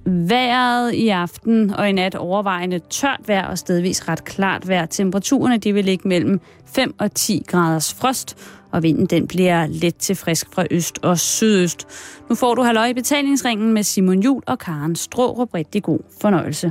Vejret i aften og i nat overvejende tørt vejr og stedvis ret klart vejr. Temperaturerne de vil ligge mellem 5 og 10 graders frost, og vinden den bliver let til frisk fra øst og sydøst. Nu får du halløj i betalingsringen med Simon Juhl og Karen Straarup. Rigtig god fornøjelse.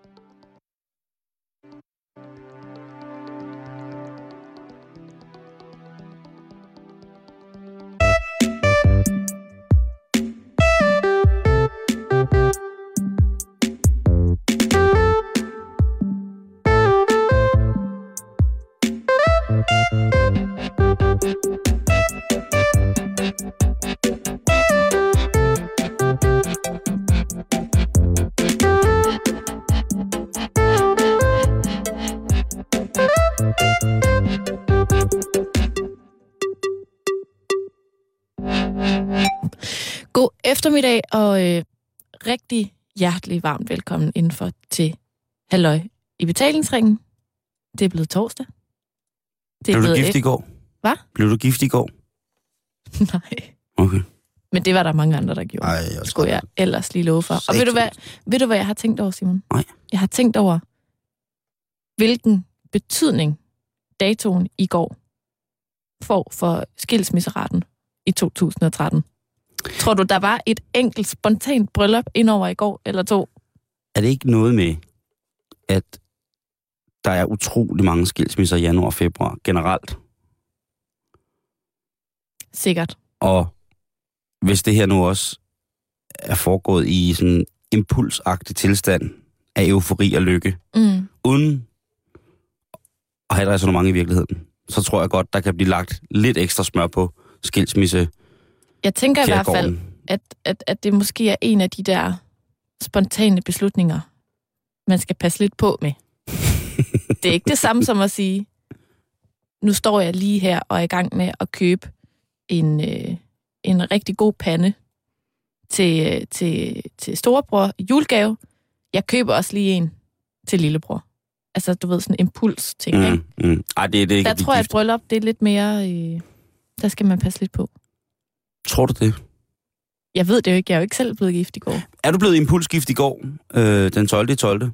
God eftermiddag og rigtig hjertelig varmt velkommen indenfor til halløj i betalingsringen. Det er blevet torsdag. Blev du gift i går? Hvad? Blev du gift i går? Nej. Okay. Men det var der mange andre, der gjorde. Ej, skulle jeg ellers lige love for. Og ved du hvad jeg har tænkt over, Simon? Nej. Jeg har tænkt over, hvilken betydning datoen i går får for skilsmisseraten i 2013. Tror du, der var et enkelt spontant bryllup indover i går eller to? Er det ikke noget med, at der er utrolig mange skilsmisser i januar og februar generelt? Sikkert. Og hvis det her nu også er foregået i sådan en impulsagtig tilstand af eufori og lykke, uden at have et ræsonnement i virkeligheden, så tror jeg godt, der kan blive lagt lidt ekstra smør på skilsmisse. Jeg tænker i hvert fald, at det måske er en af de der spontane beslutninger, man skal passe lidt på med. Det er ikke det samme som at sige, nu står jeg lige her og er i gang med at købe en rigtig god pande til storebror i julegave. Jeg køber også lige en til lillebror. Altså, du ved, sådan en impuls-ting, ikke? Ej, det er ikke. Der tror jeg, at bryllup, det er lidt mere... der skal man passe lidt på. Tror du det? Jeg ved det jo ikke. Jeg er jo ikke selv blevet gift i går. Er du blevet impulsgift i går? Den 12.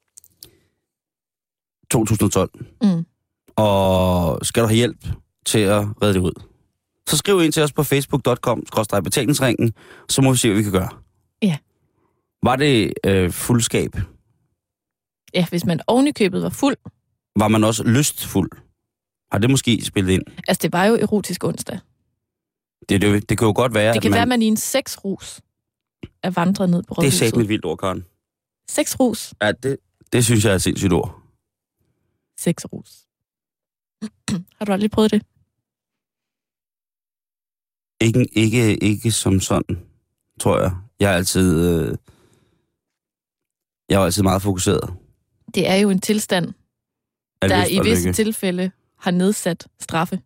2012. Og skal du have hjælp til at redde det ud? Så skriv ind til os på facebook.com/betalingsringen, så må vi se, hvad vi kan gøre. Ja. Var det fuldskab? Ja, hvis man oven i købet var fuld. Var man også lystfuld? Har det måske spillet ind? Altså, det var jo erotisk onsdag. Det kan jo godt være, det kan være, at man i en sexrus er vandret ned på rådhuset. Det er satme et vildt ord, Karen. Sexrus? Ja, det synes jeg er et sindssygt ord. Sexrus. Har du aldrig prøvet det? Ikke som sådan, tror jeg. Jeg er altid meget fokuseret. Det er jo en tilstand, der i visse tilfælde har nedsat straffe.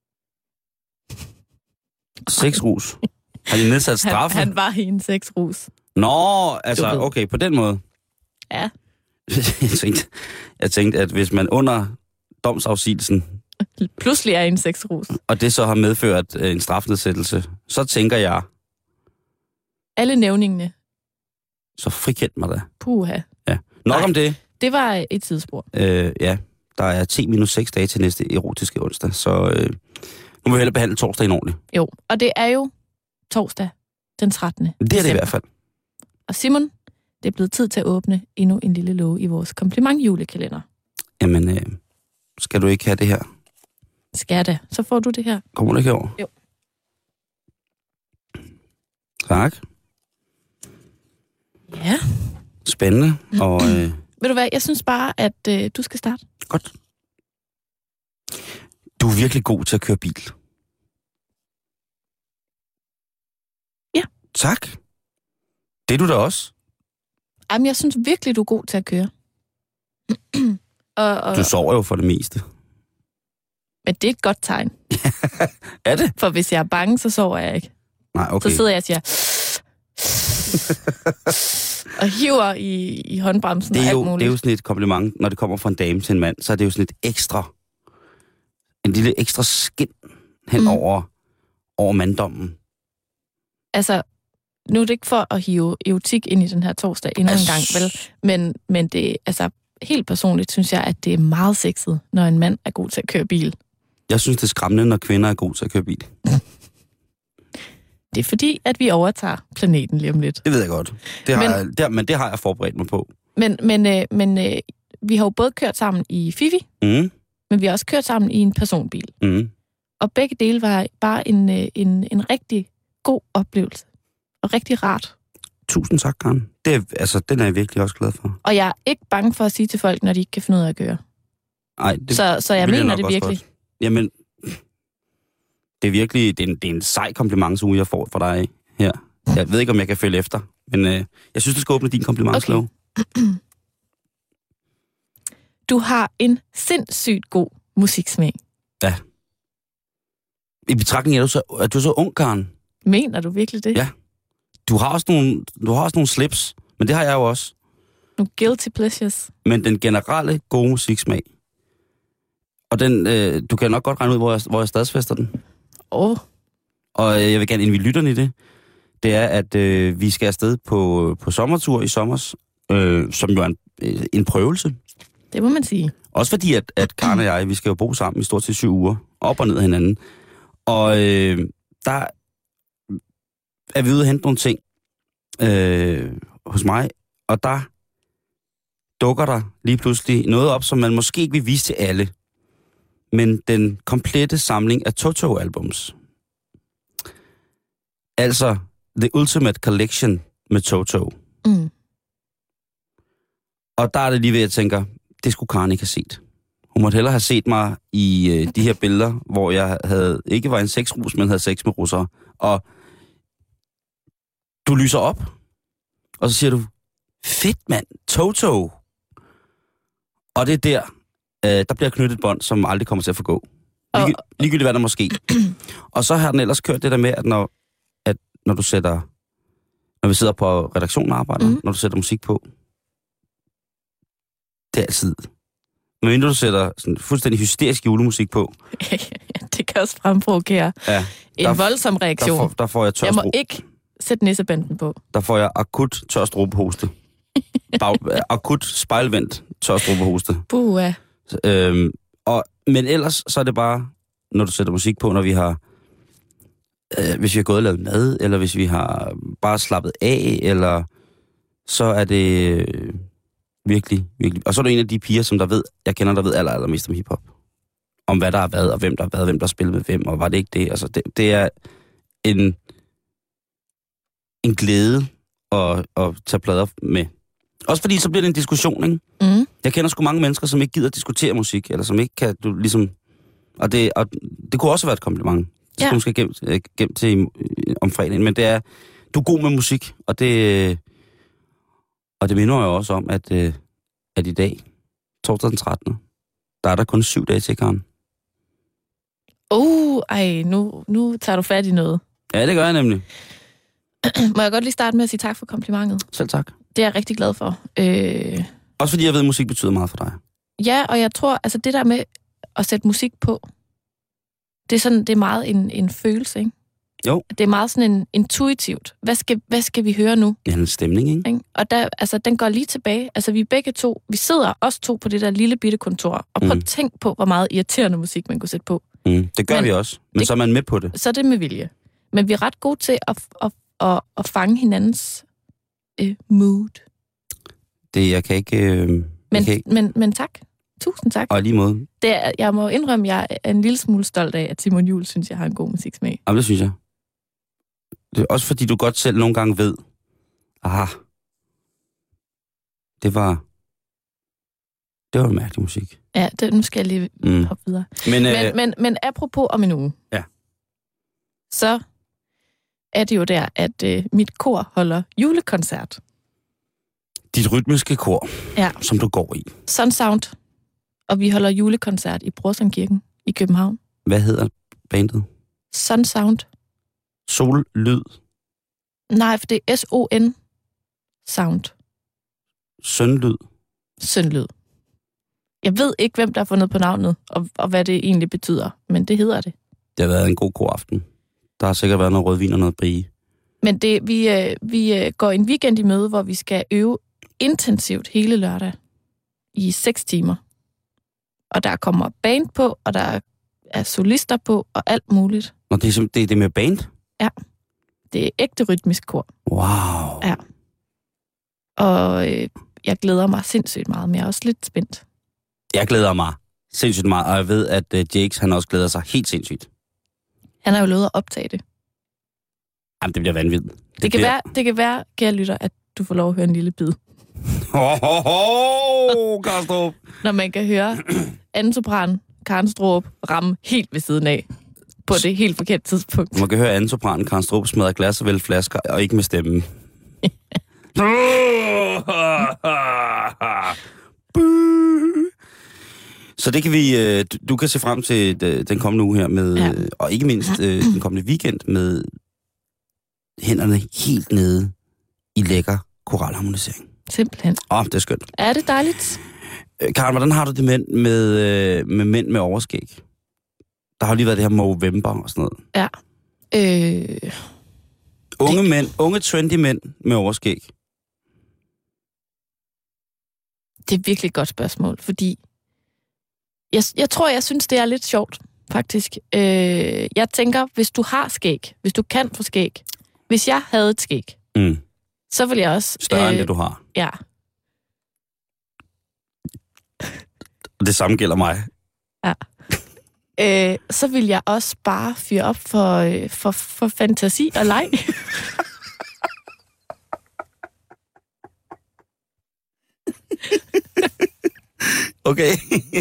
Sexrus? Har de nedsat straffe? Han var i en sexrus. Nå, altså, okay, på den måde. Ja. Jeg tænkte, at hvis man under domsafsigelsen pludselig er i en sexrus, og det så har medført en strafnedsættelse, så tænker jeg... Alle nævningene. Så frikendt mig da. Puha. Ja. Nok om det. Det var et tidsspor. Ja, der er 10-6 dage til næste erotiske onsdag, så nu må vi hellere behandle torsdagen ordentligt. Jo, og det er jo torsdag den 13. Det er december. Det i hvert fald. Og Simon, det er blevet tid til at åbne endnu en lille låge i vores kompliment-julekalender. Jamen, skal du ikke have det her? Skal jeg da. Så får du det her. Kommer du ikke herover? Jo. Tak. Ja. Spændende. Og, ved du hvad, jeg synes bare, at du skal starte. Godt. Du er virkelig god til at køre bil. Ja. Tak. Det er du da også. Jamen, jeg synes virkelig, du er god til at køre. Du sover jo for det meste. Men det er et godt tegn. Er det? For hvis jeg er bange, så sover jeg ikke. Nej, okay. Så sidder jeg og siger... og hiver i håndbremsen og alt muligt. Det er jo sådan et kompliment, når det kommer fra en dame til en mand, så er det jo sådan et ekstra... En lille ekstra skin hen over manddommen. Altså, Nu er det ikke for at hive erotik ind i den her torsdag endnu en gang, vel? Men det, altså, helt personligt synes jeg, at det er meget sexet, når en mand er god til at køre bil. Jeg synes, det er skræmmende, når kvinder er gode til at køre bil. Det er fordi, at vi overtager planeten lige om lidt. Det ved jeg godt. Men det har jeg forberedt mig på. Men vi har jo både kørt sammen i Fifi, men vi har også kørt sammen i en personbil. Og begge dele var bare en rigtig god oplevelse. Og rigtig rart. Tusind tak, Karen. Den er jeg virkelig også glad for. Og jeg er ikke bange for at sige til folk, når de ikke kan finde ud af at køre. Nej, så jeg mener det virkelig. Godt. Jamen, det er virkelig det er en sej komplimentsuge, jeg får fra dig her. Jeg ved ikke, om jeg kan følge efter, men jeg synes, du skal åbne din komplimentslov. Okay. Du har en sindssygt god musiksmag. Ja. I betragtning er du så ung, Karen. Mener du virkelig det? Ja. Du har også nogle slips, men det har jeg jo også. Nogle guilty pleasures. Men den generelle gode musiksmag, og den, du kan nok godt regne ud, hvor jeg stadsfester den. Og jeg vil gerne indvide lytterne i det. Det er, at vi skal afsted på sommertur i sommers, som jo er en prøvelse. Det må man sige. Også fordi, at Karen og jeg, vi skal jo bo sammen i stort set 7 uger, op og ned af hinanden. Og der er vi ude at hente nogle ting hos mig, og der dukker der lige pludselig noget op, som man måske ikke vil vise til alle. Men den komplette samling af Toto-albums. Altså The Ultimate Collection med Toto. Og der er det lige ved, at jeg tænker, det skulle Karen ikke have set. Hun måtte hellere have set mig i de her billeder, hvor jeg ikke var en sexrus, men havde sex med russere. Og du lyser op, og så siger du, fedt mand, Toto. Og det er der bliver knyttet et bånd, som aldrig kommer til at forgå. Ligegyldigt hvad der måske. Og så har den ellers kørt det der med, at når vi sidder på redaktionen og arbejder, når du sætter musik på, det er altid. Men når du sætter sådan fuldstændig hysterisk julemusik på. Det kan også fremprovokere en voldsom reaktion. Der får jeg Jeg må ikke sætte nissebanden på. Der får jeg akut tørstrubehoste. Akut spejlvendt tørstrubehoste. Buha. Men ellers så er det bare, når du sætter musik på, når vi har hvis vi har gået og lavet mad, eller hvis vi har bare slappet af, eller så er det virkelig, virkelig. Og så er du en af de piger, som jeg kender, der ved allermest om hiphop. Om hvad der har været, og hvem der har været, hvem der har spillet med hvem, og var det ikke det? Altså, det er en glæde at tage plader med. Også fordi så bliver det en diskussion, ikke? Jeg kender sgu mange mennesker, som ikke gider at diskutere musik, eller som ikke kan, du ligesom... Og det kunne også være et kompliment. Det skulle måske gemt til om fredagen, men det er, du er god med musik, og det minder jeg også om, at i dag, torsdag den 13., der er der kun 7 dage til, Karen. Nu tager du fat i noget. Ja, det gør jeg nemlig. Må jeg godt lige starte med at sige tak for komplimentet? Selv tak. Det er jeg rigtig glad for. Også fordi jeg ved, at musik betyder meget for dig. Ja, og jeg tror, altså det der med at sætte musik på, det er meget en følelse, ikke? Jo. Det er meget sådan en intuitivt. Hvad skal vi høre nu? Det er en stemning, ikke? Og den går lige tilbage. Altså vi begge to, vi sidder også to på det der lille bitte kontor, og prøv at tænke på, hvor meget irriterende musik man kunne sætte på. Det gør vi også, men så er man med på det. Så er det med vilje. Men vi er ret gode til at fange hinandens mood. Det jeg kan ikke... Men tak. Tusind tak. Og lige måde. Jeg må indrømme, jeg er en lille smule stolt af, at Simon Juhl synes, jeg har en god musiksmag. Jamen, det synes jeg. Det er også fordi, du godt selv nogle gange ved, det var en mærkelig musik. Ja, nu skal jeg lige hoppe videre. Men apropos om en uge, så er det jo der, at mit kor holder julekoncert. Dit rytmiske kor, som du går i. Sunsound. Og vi holder julekoncert i Brorsons-kirken i København. Hvad hedder bandet? Sunsound. Sollyd? Nej, for det er S-O-N. Sound. Sønlyd? Sønlyd. Jeg ved ikke, hvem der har fundet på navnet, og hvad det egentlig betyder, men det hedder det. Det har været en god aften. Der har sikkert været noget rødvin og noget brie. Men vi går en weekend i møde, hvor vi skal øve intensivt hele lørdag i 6 timer. Og der kommer band på, og der er solister på, og alt muligt. Og det er det med band? Ja. Det er ægte rytmisk kor. Wow. Ja. Og jeg glæder mig sindssygt meget, men jeg er også lidt spændt. Jeg glæder mig sindssygt meget, og jeg ved, at Jakes, han også glæder sig helt sindssygt. Han har jo lovet at optage det. Jamen, det bliver vanvittigt. Det kan være, kære lytter, at du får lov at høre en lille bid. Karnstrup! Når man kan høre anden sopran, Karnstrup, ramme helt ved siden af. På det helt forkerte tidspunkt. Man kan høre anden sopran, Karnstrup, smadre glas og vælge flasker, og ikke med stemmen. Så det kan vi, du kan se frem til den kommende uge her med, og ikke mindst den kommende weekend med hænderne helt nede i lækker koralharmonisering. Simpelthen. Det er skønt. Er det dejligt? Karen, hvordan har du det med mænd med overskæg? Der har lige været det her Movember og sådan noget. Ja. Unge trendy mænd med overskæg. Det er virkelig et godt spørgsmål, fordi jeg tror, jeg synes, det er lidt sjovt, faktisk. Jeg tænker, hvis du har skæg, hvis du kan få skæg, hvis jeg havde et skæg, så vil jeg også... Større end det, du har. Ja. Det samme gælder mig. Ja. Så vil jeg også bare fyre op for fantasi og leg. Okay.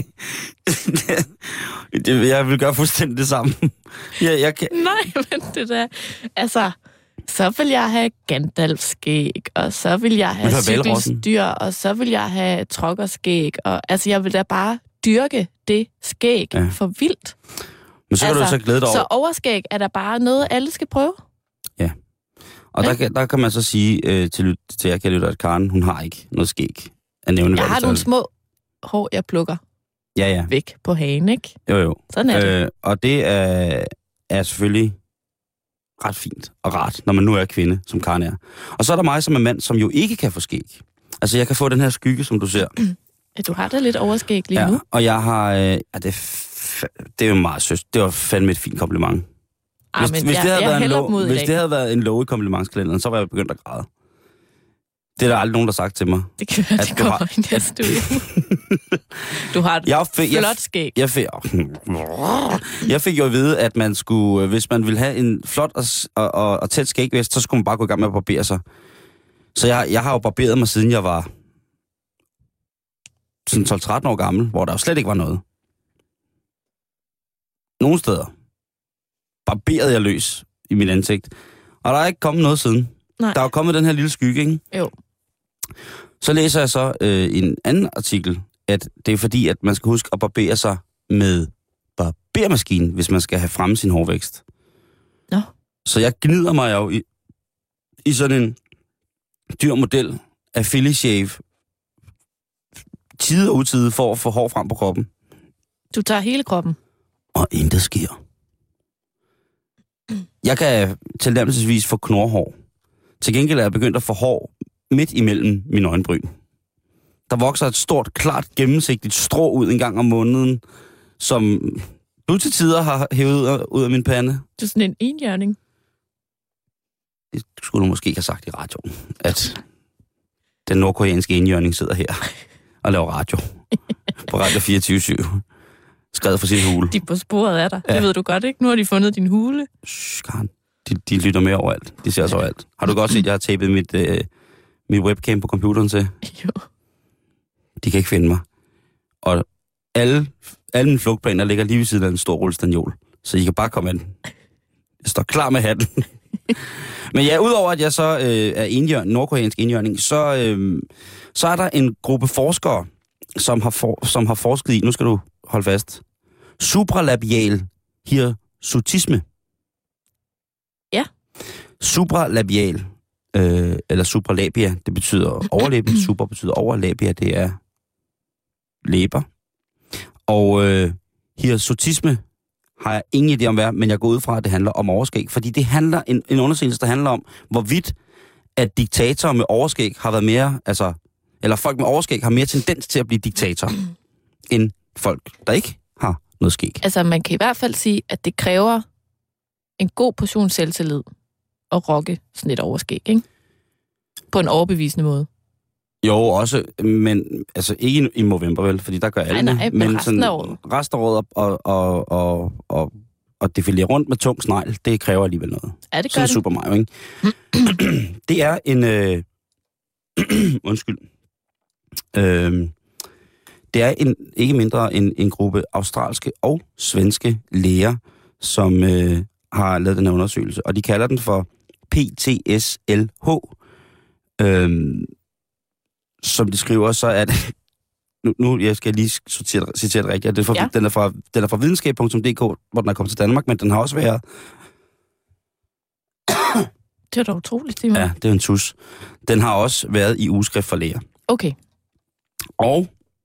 Jeg vil gøre fuldstændig det samme. Jeg kan... Nej, men det der... Altså, så vil jeg have Gandalf-skæg, og så vil jeg have cykelstyr, og så vil jeg have trokkerskæg, og altså, jeg vil da bare dyrke det skæg for vildt. Men så kan du så glæde dig over... Så overskæg er der bare noget, alle skal prøve? Ja. Og der kan man så sige til jer, kan lytte, at Karen, hun har ikke noget skæg at nævne. Jeg har nogle små hår, jeg plukker væk på hagen, ikke? Jo. Sådan er det. Og det er selvfølgelig ret fint og rart, når man nu er kvinde, som Karen er. Og så er der mig som en mand, som jo ikke kan få skæg. Altså, jeg kan få den her skygge, som du ser. Ja, du har da lidt overskæg lige nu. Og jeg har... det er jo meget søst. Det var fandme et fint kompliment. Hvis det havde været en lov i komplimentskalenderen, så var jeg begyndt at græde. Det er der aldrig nogen, der har sagt til mig. Det kan være, det kommer i næste uge. Du har et flot skæg. Jeg fik jo at vide, at man skulle, hvis man ville have en flot og tæt skægvækst, så skulle man bare gå i gang med at barbere sig. Så jeg har jo barberet mig, siden jeg var sådan 12-13 år gammel, hvor der jo slet ikke var noget. Nogle steder barberede jeg løs i mit ansigt. Og der er ikke kommet noget siden. Nej. Der er jo kommet den her lille skygge, ikke? Jo. Så læser jeg så en anden artikel, at det er fordi, at man skal huske at barbere sig med barbermaskinen, hvis man skal have fremme sin hårvækst. Nå. Så jeg gnider mig jo i sådan en dyr model af Philly Shave tide og utide for at få hår frem på kroppen. Du tager hele kroppen? Og intet sker. Jeg kan tilnærmelsesvis få knorhår. Til gengæld er jeg begyndt at få hår midt imellem mine øjenbryn. Der vokser et stort, klart, gennemsigtigt strå ud en gang om måneden, som du til tider har hævet ud af min pande. Det er sådan en enhjørning. Det skulle du måske have sagt i radioen, at den nordkoreanske enhjørning sidder her og laver radio på Radio 24/7. Skrevet fra sin hule. De er på sporet af dig. Ja. Det ved du godt, ikke? Nu har de fundet din hule. Karen. De lytter med overalt. De ser så overalt. Har du godt set, at jeg har tapet mit webcam på computeren til? Jo. De kan ikke finde mig. Og alle mine flugtplaner ligger lige ved siden af en stor rullestanjol. Så I kan bare komme ind. Jeg står klar med hatten. Men ja, udover at jeg så er nordkoreansk enhjørning, så er der en gruppe forskere, som har forsket i, nu skal du holde fast, supralabial hirsutisme. Ja. Supralabial, eller supralabia, det betyder overlæben. Super betyder overlabia, det er læber. Og hirsutisme har jeg ingen idé om hvad, men jeg går ud fra, at det handler om overskæg. Fordi det handler, en undersøgelse, der handler om, hvorvidt at diktatorer med overskæg har været mere, altså, eller folk med overskæg har mere tendens til at blive diktatorer, end folk, der ikke har noget skæg. Altså, man kan i hvert fald sige, at det kræver en god portion selvtillid at rocke sådan et overskæg, ikke? På en overbevisende måde. Jo, også, men altså ikke i november vel, fordi der gør alle. Nej, men resten af året. Resten af året og defilere rundt med tung snegl, det kræver alligevel noget. Ja, det gør sådan det. Super Mario, ikke? Det er en... undskyld. Det er ikke mindre end en gruppe australske og svenske læger, som har lavet den her undersøgelse, og de kalder den for PTSLH. Som de skriver, så er det... Nu jeg skal lige citere det rigtigt. Den er fra videnskab.dk, hvor den er kommet til Danmark, men den har også været... Det er da utroligt, Simon. Ja, det er en tus. Den har også været i ugeskrift for læger. Okay. Og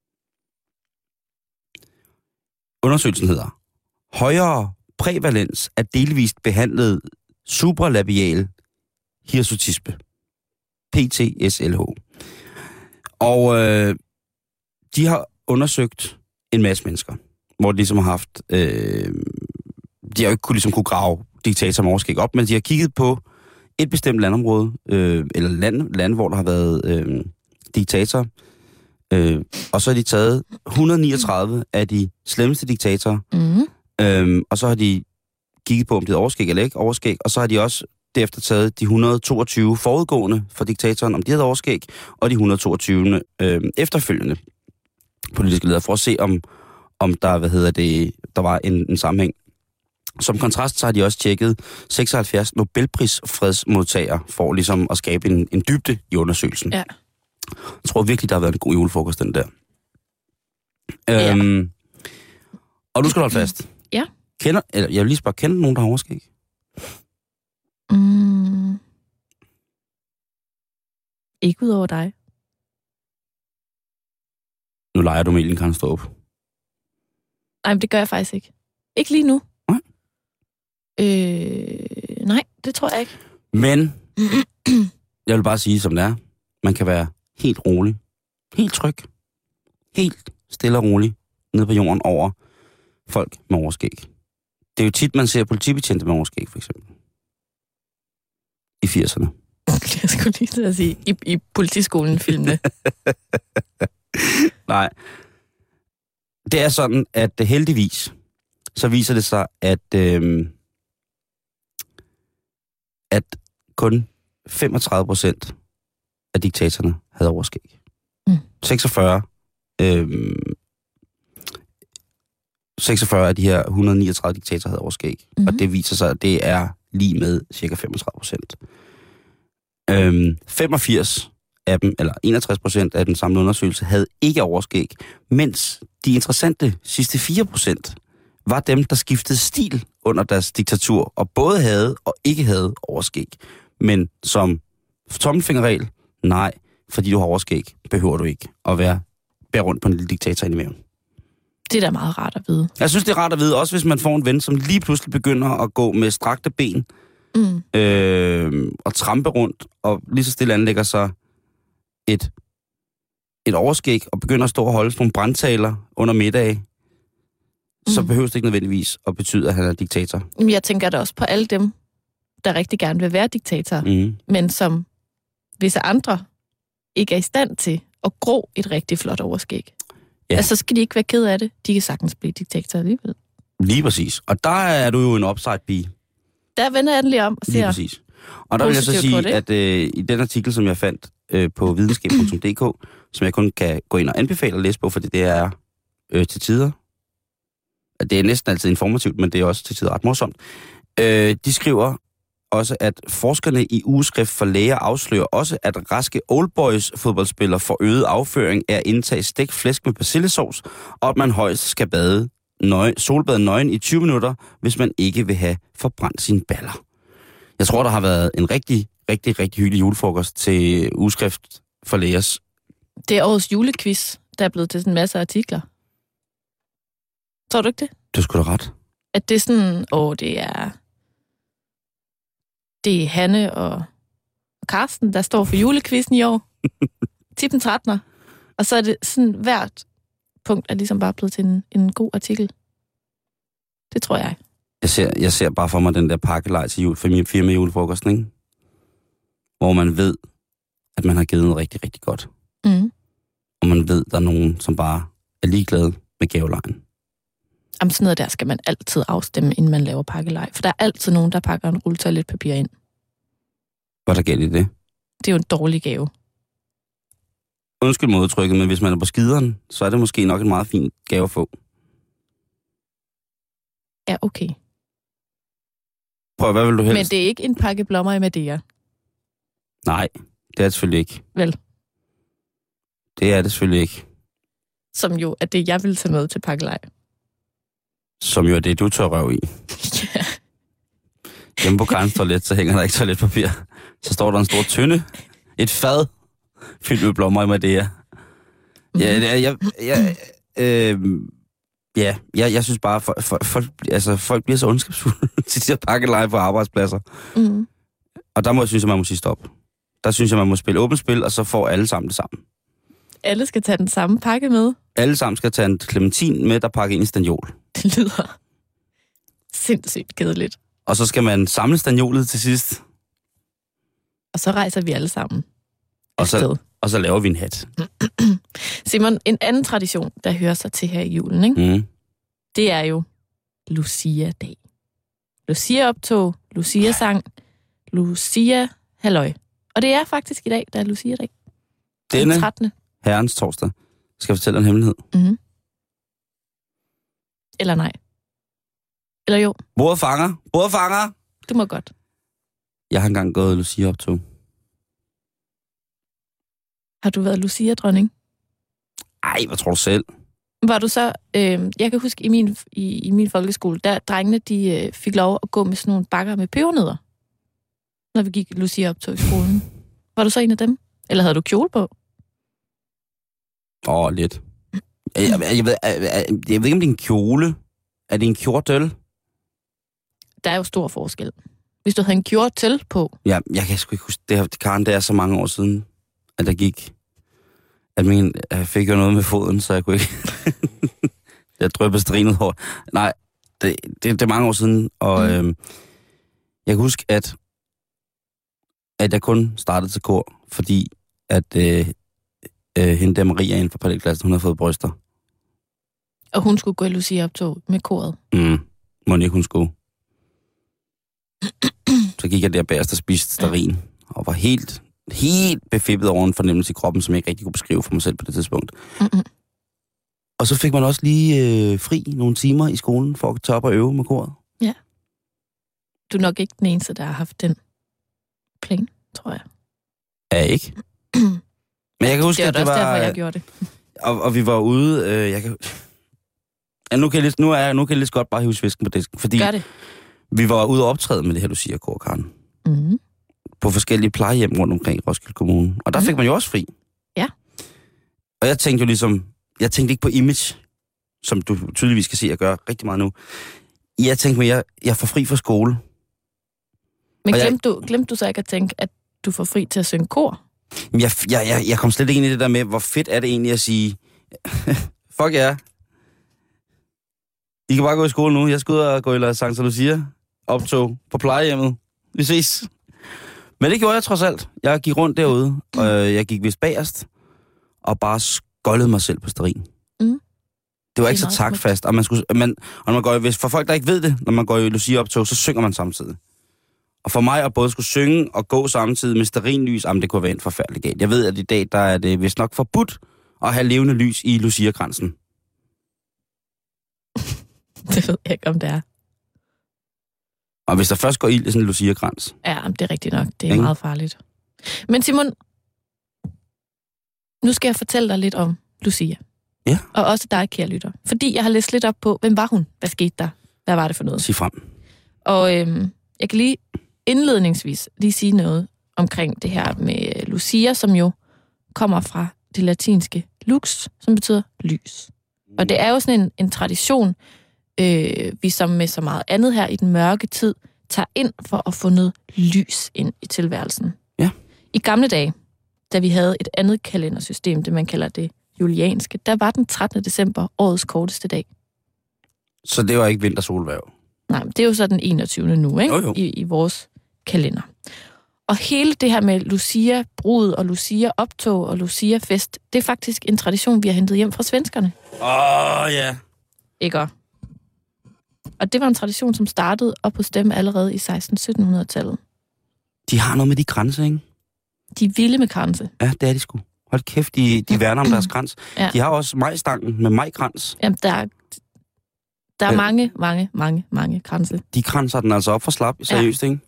undersøgelsen hedder højere prævalens af delvist behandlet supralabial hirsutisme. PTSLH. Og de har undersøgt en masse mennesker, hvor de ligesom har haft... de har jo ikke kunne grave diktatorer med overskæg op, men de har kigget på et bestemt landområde, eller land, hvor der har været diktatorer, og så har de taget 139 af de slemmeste diktatorer, og så har de kigget på, om det er overskæg eller ikke overskæg, og så har de også derefter taget de 122 forudgående for diktatoren, om de havde overskæg, og de 122 efterfølgende politiske ledere, for at se, om der, der var en sammenhæng. Som kontrast, så har de også tjekket 76 Nobelpris-fredsmodtagere for ligesom at skabe en dybde i undersøgelsen. Ja. Jeg tror virkelig, der har været en god julefrokost, den der. Ja. Og nu skal du holde fast. Ja. Jeg vil lige spørge, kender nogen, der har overskæg? Ikke ud over dig. Nu leger du med Ellen Kranstrup. Nej, men det gør jeg faktisk ikke. Ikke lige nu. Nej. Nej, det tror jeg ikke. Men jeg vil bare sige, som det er. Man kan være helt rolig, helt tryg, helt stille og rolig nede på jorden over folk med overskæg. Det er jo tit, man ser politibetjente med overskæg, for eksempel. I 80'erne. Jeg skulle lige til at sige, i politiskolen-filmene. Nej. Det er sådan, at heldigvis, så viser det sig, at kun 35% af diktatorerne havde overskæg. 46 af de her 139 diktatorer havde overskæg. Og det viser sig, at det er lige med cirka 35%. 85 af dem, eller 61% af den samlede undersøgelse, havde ikke overskæg, mens de interessante sidste 4% var dem, der skiftede stil under deres diktatur, og både havde og ikke havde overskæg. Men som tommelfingerregel, nej, fordi du har overskæg, behøver du ikke at bære rundt på en lille diktator ind i maven. Det er da meget rart at vide. Jeg synes, det er rart at vide, også hvis man får en ven, som lige pludselig begynder at gå med strakte ben, og trampe rundt, og lige så stille anlægger sig et overskæg, og begynder at stå og holde nogle brandtaler under middag, så behøver det ikke nødvendigvis at betyde, at han er diktator. Jeg tænker da også på alle dem, der rigtig gerne vil være diktatorer, men som visse andre ikke er i stand til at gro et rigtig flot overskæg. Ja. Altså, så skal de ikke være ked af det. De kan sagtens blive diktatorer alligevel. Lige præcis. Og der er du jo en upside-bee. Der vender jeg endelig om og siger... Lige præcis. Og der vil jeg så sige, at i den artikel, som jeg fandt på videnskab.dk, som jeg kun kan gå ind og anbefale at læse på, fordi det er til tider. Det er næsten altid informativt, men det er også til tider ret morsomt. De skriver også, at forskerne i ugeskrift for læger afslører også, at raske oldboys fodboldspillere får øget afføring af at indtage stegt flæsk med persillesauce, og at man højst skal solbade nøgen i 20 minutter, hvis man ikke vil have forbrændt sine baller. Jeg tror, der har været en rigtig, rigtig, rigtig hyggelig julefrokost til ugeskrift for lægers. Det er årets julequiz, der er blevet til sådan en masse artikler. Tror du ikke det? Du skulle da ret. At det er sådan, det er Hanne og Karsten, der står for julekvisten i år. Tippen 13'er. Og så er det sådan, hvert punkt er ligesom bare blevet til en god artikel. Det tror jeg. Jeg ser bare for mig den der pakkelej til jul, firma julefrokosten, ikke? Hvor man ved, at man har givet noget rigtig, rigtig godt. Mm. Og man ved, at der er nogen, som bare er ligeglade med gavelejen. Jamen sådan noget der skal man altid afstemme, inden man laver pakkelej. For der er altid nogen, der pakker en rulle toiletpapir ind. Hvad er der galt i det? Det er jo en dårlig gave. Undskyld modtrykket, men hvis man er på skideren, så er det måske nok en meget fin gave at få. Ja, okay. Prøv, hvad vil du helst? Men det er ikke en pakke blommer i Madeira. Nej, det er det selvfølgelig ikke. Vel? Det er det selvfølgelig ikke. Som jo er det, jeg vil tage med til pakkelej. Som jo er det, du tør røv i. Ja. Hjemme på Karens toilet, så hænger der ikke toiletpapir. Så står der en stor tynde. Et fad fyldt med blommer i Madeira. Jeg synes bare, folk bliver så ondskabsfulde til de her pakkeleje på arbejdspladser. Mm. Og der synes jeg, man må sige stop. Der synes jeg, man må spille åbent spil, og så får alle sammen det sammen. Alle skal tage den samme pakke med? Alle sammen skal tage en clementin med, der pakker ind i stanjol. Det lyder sindssygt kedeligt. Og så skal man samle stanjolet til sidst. Og så rejser vi alle sammen. Og så laver vi en hat. Simon, en anden tradition, der hører sig til her i julen, ikke? Mm. Det er jo Lucia-dag. Lucia-optog, Lucia-sang, Lucia-halløj. Og det er faktisk i dag, der er Lucia-dag. Denne den 13. herrens torsdag skal jeg fortælle en hemmelighed. Mm-hmm. Eller nej. Eller jo. Bordet fanger! Du må godt. Jeg har engang gået Lucia-optog. Har du været Lucia-dronning? Ej, hvad tror du selv? Var du så... jeg kan huske, i min folkeskole, der drengene, de fik lov at gå med sådan nogle bakker med pebernødder, når vi gik Lucia-optog i skolen. Var du så en af dem? Eller havde du kjole på? Lidt. Jeg ved ikke, om det er en kjole. Er det en kjortel? Der er jo stor forskel. Hvis du havde en kjortel på... Ja, jeg kan sgu ikke huske det. Karen, det er så mange år siden, at der gik... Jeg fik jo noget med foden, så jeg kunne ikke... jeg dryppede strinet hår. Nej, det er mange år siden, og jeg kan huske, at jeg kun startede til kor, fordi at hende der Maria inden for parallelklassen, hun havde fået bryster. Og hun skulle gå i Lucia-optog med koret. Må ikke hun skulle. Så gik jeg der bagerst og spiste stearin, og var helt befippet over en fornemmelse i kroppen, som jeg ikke rigtig kunne beskrive for mig selv på det tidspunkt. Mm-mm. Og så fik man også lige fri nogle timer i skolen, for at tage op og øve med koret. Ja. Du er nok ikke den eneste, der har haft den plan, tror jeg. Ja, ikke? Men jeg kan huske, det at det også var... derfor, jeg gjorde det. Og vi var ude... nu kan jeg lige så godt bare hive svisken på disken, fordi vi var ude og optræde med det her Lucia-kor, Karen. Mm. På forskellige plejehjem rundt omkring i Roskilde Kommune. Og der fik man jo også fri. Ja. Og jeg tænkte jo ligesom... Jeg tænkte ikke på image, som du tydeligvis kan se, jeg gør rigtig meget nu. Jeg tænkte mig, jeg får fri fra skole. Men glemte du så ikke at tænke, at du får fri til at synge kor? Jeg kom slet ikke ind i det der med, hvor fedt er det egentlig at sige, fuck jer. I kan bare gå i skole nu. Jeg skal ud og gå i Santa Lucia optog på plejehjemmet. Vi ses. Men det gjorde jeg trods alt. Jeg gik rundt derude, og jeg gik vist bagerst, og bare skoldede mig selv på stearin. Mm. Det var ikke så taktfast. Og hvis for folk, der ikke ved det, når man går i Lucia-optog, så synger man samtidig. Og for mig at både skulle synge og gå samtidig med stearinlys, det kunne være en forfærdelig galt. Jeg ved, at i dag, der er det vist nok forbudt at have levende lys i Lucia-kransen. Det ved jeg ikke, om det er. Og hvis der først går ild i sådan en Lucia-krans. Ja, det er rigtigt nok. Det er meget farligt. Men Simon, nu skal jeg fortælle dig lidt om Lucia. Ja. Og også dig, kære lytter. Fordi jeg har læst lidt op på, hvem var hun? Hvad skete der? Hvad var det for noget? Sig frem. Og jeg kan lige indledningsvis sige noget omkring det her med Lucia, som jo kommer fra det latinske lux, som betyder lys. Og det er jo sådan en tradition, vi som med så meget andet her i den mørke tid, tager ind for at få noget lys ind i tilværelsen. Ja. I gamle dage, da vi havde et andet kalendersystem, det man kalder det julianske, der var den 13. december årets korteste dag. Så det var ikke vintersolværv? Nej, det er jo så den 21. nu, ikke? Jo. I vores kalender. Og hele det her med Lucia-brud og Lucia-optog og Lucia-fest, det er faktisk en tradition, vi har hentet hjem fra svenskerne. Ja. Ikke? Og det var en tradition, som startede op hos dem allerede i 1600-1700-tallet. De har noget med de kranse, ikke? De er vilde med kranse. Ja, det er de sgu. Hold kæft, de værner om deres krans. Ja. De har også majstangen med majkrans. Jamen, der er mange kranse. De kranser den altså op for slap, seriøst, ikke?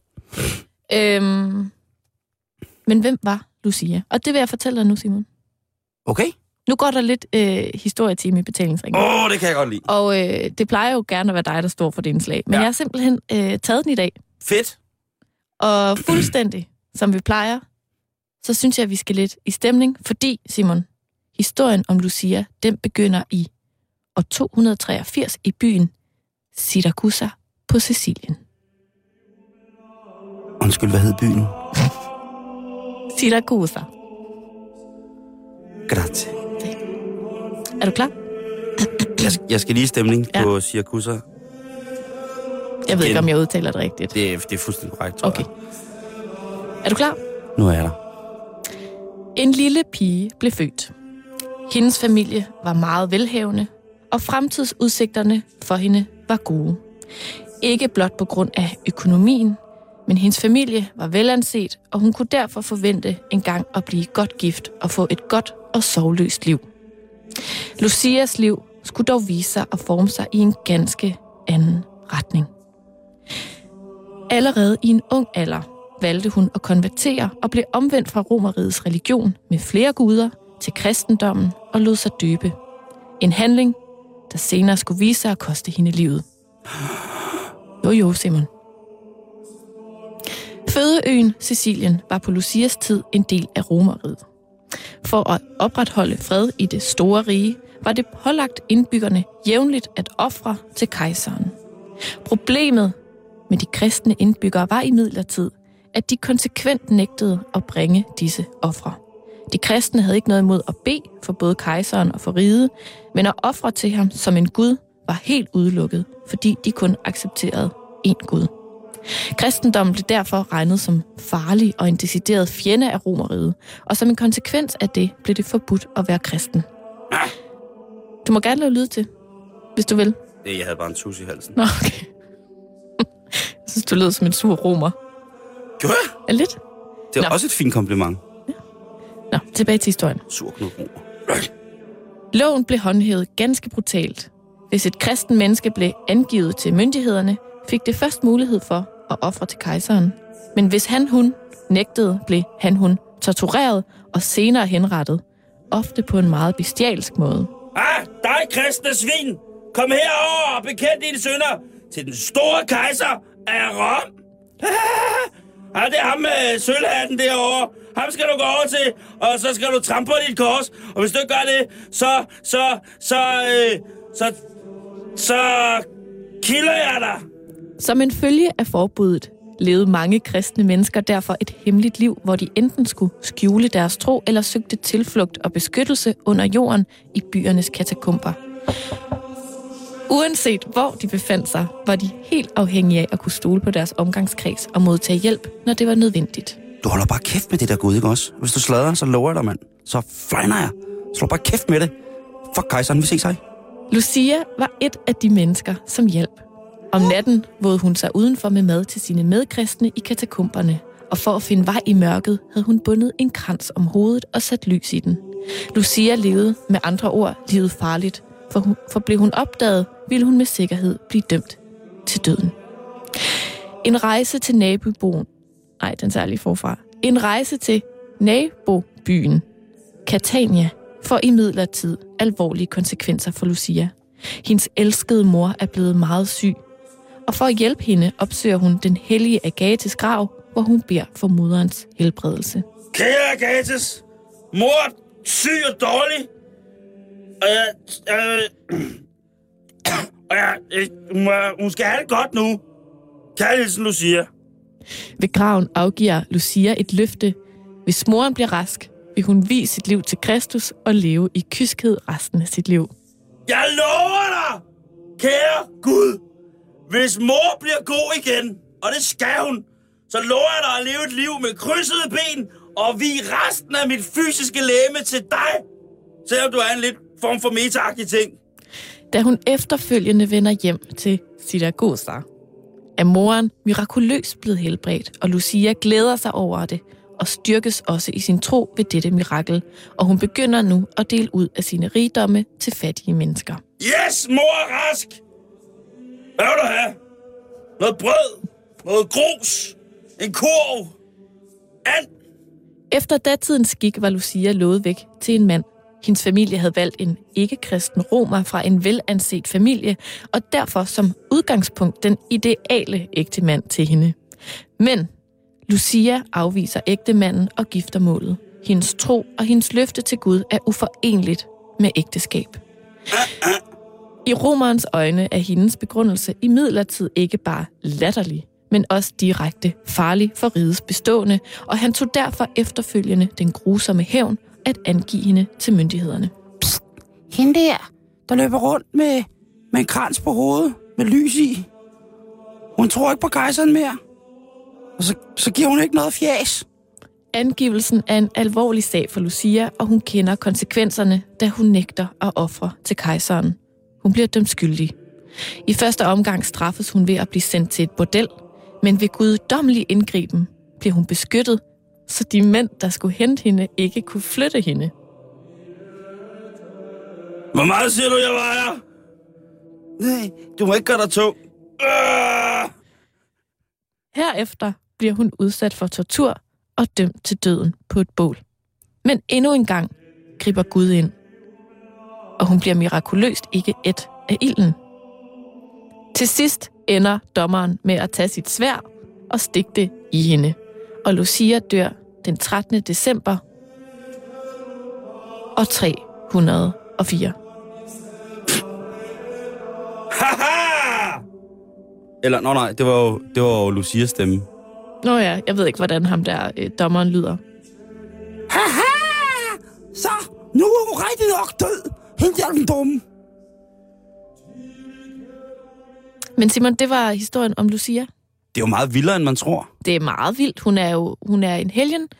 Men hvem var Lucia? Og det vil jeg fortælle dig nu, Simon. Okay. Nu går der lidt historietime i betalingsringen. Det kan jeg godt lide. Og det plejer jo gerne at være dig, der står for det indslag. Men jeg har simpelthen taget den i dag. Fedt. Og fuldstændig, som vi plejer, så synes jeg, at vi skal lidt i stemning. Fordi, Simon, historien om Lucia, den begynder i år 283 i byen Siracusa på Sicilien. Undskyld, hvad hed byen? Siracusa. Grazie. Er du klar? Jeg skal lige i stemning på Siracusa. Jeg ved ikke, om jeg udtaler det rigtigt. Det er fuldstændig korrekt, tror jeg. Er du klar? Nu er jeg der. En lille pige blev født. Hendes familie var meget velhavende, og fremtidsudsigterne for hende var gode. Ikke blot på grund af økonomien, men hendes familie var velanset, og hun kunne derfor forvente engang at blive godt gift og få et godt og sorgløst liv. Lucias liv skulle dog vise sig at forme sig i en ganske anden retning. Allerede i en ung alder valgte hun at konvertere og blev omvendt fra Romerrigets religion med flere guder til kristendommen og lod sig døbe. En handling, der senere skulle vise sig at koste hende livet. Jo, Simon. Fødeøen Sicilien var på Lucias tid en del af Romerriget. For at opretholde fred i det store rige, var det pålagt indbyggerne jævnligt at ofre til kejseren. Problemet med de kristne indbyggere var imidlertid, at de konsekvent nægtede at bringe disse ofre. De kristne havde ikke noget imod at bede for både kejseren og for riget, men at ofre til ham som en gud var helt udelukket, fordi de kun accepterede én gud. Kristendommen blev derfor regnet som farlig og en decideret fjende af Romerriget, og som en konsekvens af det blev det forbudt at være kristen. Du må gerne lave lyd til, hvis du vil. Jeg havde bare en tus i halsen. Nå, okay. Jeg synes, du lød som en sur romer. Gjorde jeg? Ja, lidt. Det var også et fint kompliment. Ja. Nå, tilbage til historien. Sur knud romer. Loven blev håndhævet ganske brutalt. Hvis et kristen menneske blev angivet til myndighederne, fik det først mulighed for at ofre til kejseren. Men hvis hun nægtede, blev hun tortureret og senere henrettet. Ofte på en meget bestialsk måde. Dig kristne svin! Kom herover og bekend dine synder til den store kejser af Rom. Det er ham med sølvhatten derovre. Ham skal du gå over til, og så skal du trampe på dit kors. Og hvis du ikke gør det, så kilder jeg dig. Som en følge af forbuddet levede mange kristne mennesker derfor et hemmeligt liv, hvor de enten skulle skjule deres tro eller søgte tilflugt og beskyttelse under jorden i byernes katakomber. Uanset hvor de befandt sig, var de helt afhængige af at kunne stole på deres omgangskreds og modtage hjælp, når det var nødvendigt. Du holder bare kæft med det der Gud, ikke også? Hvis du sladrer, så lover jeg dig, mand. Så fregner jeg. Slå bare kæft med det. Fuck kejseren, vi ses hej. Lucia var et af de mennesker, som hjalp. Om natten vågede hun sig udenfor med mad til sine medkristne i katakomberne, og for at finde vej i mørket havde hun bundet en krans om hovedet og sat lys i den. Lucia levede med andre ord livet farligt, for blev hun opdaget, ville hun med sikkerhed blive dømt til døden. En rejse til nabobyen Catania får imidlertid alvorlige konsekvenser for Lucia. Hendes elskede mor er blevet meget syg, og for at hjælpe hende opsøger hun den hellige Agates grav, hvor hun beder for moderens helbredelse. Kære Agates, mor er syg og dårlig, Og hun skal have det godt nu. Kærligheden, Lucia. Ved graven afgiver Lucia et løfte. Hvis moren bliver rask, vil hun vie sit liv til Kristus og leve i kyskhed resten af sit liv. Jeg lover dig, kære Gud, hvis mor bliver god igen, og det skal hun, så lover jeg dig at leve et liv med krydsede ben og vie resten af mit fysiske legeme til dig, selvom du er en lidt form for meta-agtig ting. Da hun efterfølgende vender hjem til Zaragoza, er moren mirakuløst blevet helbredt, og Lucia glæder sig over det og styrkes også i sin tro ved dette mirakel, og hun begynder nu at dele ud af sine rigdomme til fattige mennesker. Yes, mor er rask! Hvad vil du have? Noget brød, noget grus, en kurv, and. Efter datidens skik var Lucia lovet væk til en mand. Hendes familie havde valgt en ikke-kristen romer fra en velanset familie, og derfor som udgangspunkt den ideale ægtemand til hende. Men Lucia afviser ægtemanden og giftermålet. Hendes tro og hendes løfte til Gud er uforenligt med ægteskab. I romerens øjne er hendes begrundelse imidlertid ikke bare latterlig, men også direkte farlig for rigets bestående, og han tog derfor efterfølgende den grusomme hævn at angive hende til myndighederne. Psst, hende der løber rundt med en krans på hovedet, med lys i. Hun tror ikke på kejseren mere. Og så giver hun ikke noget fjas. Angivelsen er en alvorlig sag for Lucia, og hun kender konsekvenserne, da hun nægter at ofre til kejseren. Hun bliver dømt skyldig. I første omgang straffes hun ved at blive sendt til et bordel, men ved guddommelig indgriben bliver hun beskyttet, så de mænd, der skulle hente hende, ikke kunne flytte hende. Hvor meget siger du, jeg vejer? Nej, du må ikke gøre dig tung. Herefter bliver hun udsat for tortur og dømt til døden på et bål. Men endnu en gang griber Gud ind, og hun bliver mirakuløst ikke ædt af ilden. Til sidst ender dommeren med at tage sit sværd og stikke det i hende, og Lucia dør den 13. december år 304. Haha! Eller, nej, det var jo Lucias stemme. Nå ja, jeg ved ikke, hvordan ham der dommeren lyder. Haha! Så, nu er hun rigtig nok død. Hende der den dumme. Men Simon, det var historien om Lucia. Det er jo meget vildere, end man tror. Det er meget vildt. Hun er en helgen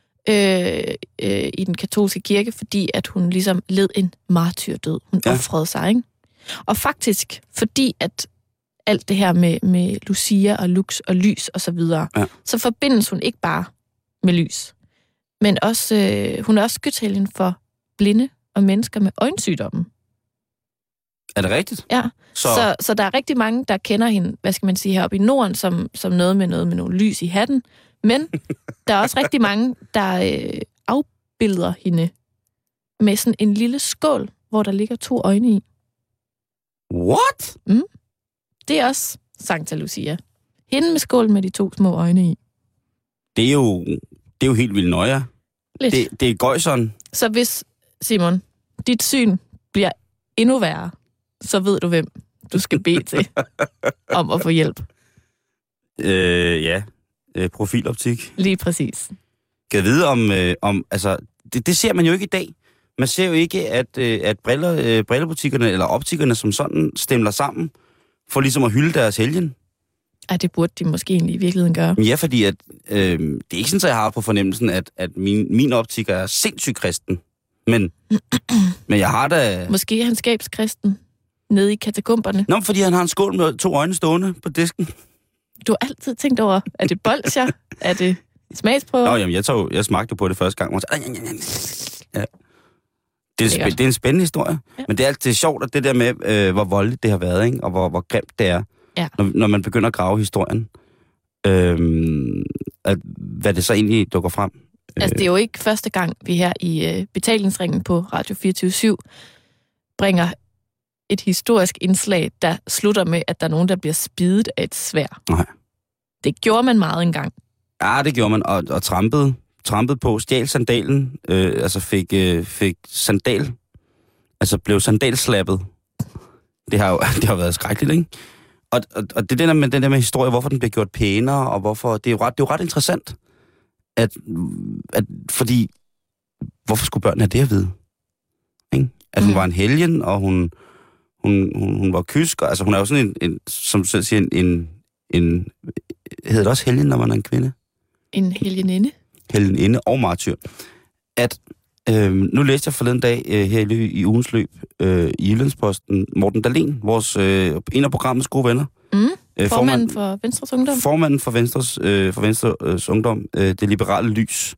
i den katolske kirke, fordi at hun ligesom led en martyrdød. Hun ofrede sig, ikke? Og faktisk, fordi at alt det her med Lucia og lux og lys og så videre, så forbindes hun ikke bare med lys, men også, hun er også skytshelgen for blinde og mennesker med øjensygdommen. Er det rigtigt? Ja, så der er rigtig mange, der kender hende, hvad skal man sige, heroppe i Norden, som noget med nogle lys i hatten, men der er også rigtig mange, der afbilder hende med sådan en lille skål, hvor der ligger 2 øjne i. What? Det er også Santa Lucia. Hende med skål med de 2 små øjne i. Det er jo helt vildt nøje. Det er gøjseren. Så hvis, Simon, dit syn bliver endnu værre, så ved du, hvem du skal bede til om at få hjælp. Ja. Profiloptik. Lige præcis. Kan jeg vide om altså, det ser man jo ikke i dag. Man ser jo ikke, at brillebutikkerne eller optikkerne som sådan stemler sammen for ligesom at hylde deres helgen. Ej, det burde de måske egentlig i virkeligheden gøre. Ja, fordi at, det er ikke sådan, at jeg har på fornemmelsen, at min optikker er sindssygt kristen. Men jeg har da... Måske er han skabskristen nede i katakomberne. Nå, fordi han har en skål med 2 øjne stående på disken. Du har altid tænkt over, er det bolsjer? Er det smagsprøver? Nå, jamen, jeg smagte på det første gang. Ja. Det er en spændende historie. Ja. Men det er altid sjovt, at det der med, hvor voldeligt det har været, ikke? Og hvor grimt det er, når man begynder at grave historien. Hvad det så egentlig dukker frem. Altså, det er jo ikke første gang, vi her i betalingsringen på Radio 24/7 bringer et historisk indslag, der slutter med, at der er nogen, der bliver spidet af et sværd. Nej. Det gjorde man meget engang. Ja, det gjorde man, og trampede på, stjal sandalen, altså fik sandal, altså blev sandalslappet Det har været skrækkeligt, ikke? Og det er den der med historie, hvorfor den bliver gjort pænere, og hvorfor... Det er jo ret interessant, at fordi... Hvorfor skulle børn have det at vide? Ikke? At hun var en helgen, og hun var kysk, og altså hun er jo sådan en som du selv siger, en hedder det også helgen, når man er en kvinde? En helgeninde. Helgeninde og martyr. At nu læste jeg forleden dag her i ugens løb i Jyllandsposten, Morten Dahlin, vores en af programmets gode venner. Formanden for Venstres Ungdom. Formanden for Venstres Ungdom, det liberale lys.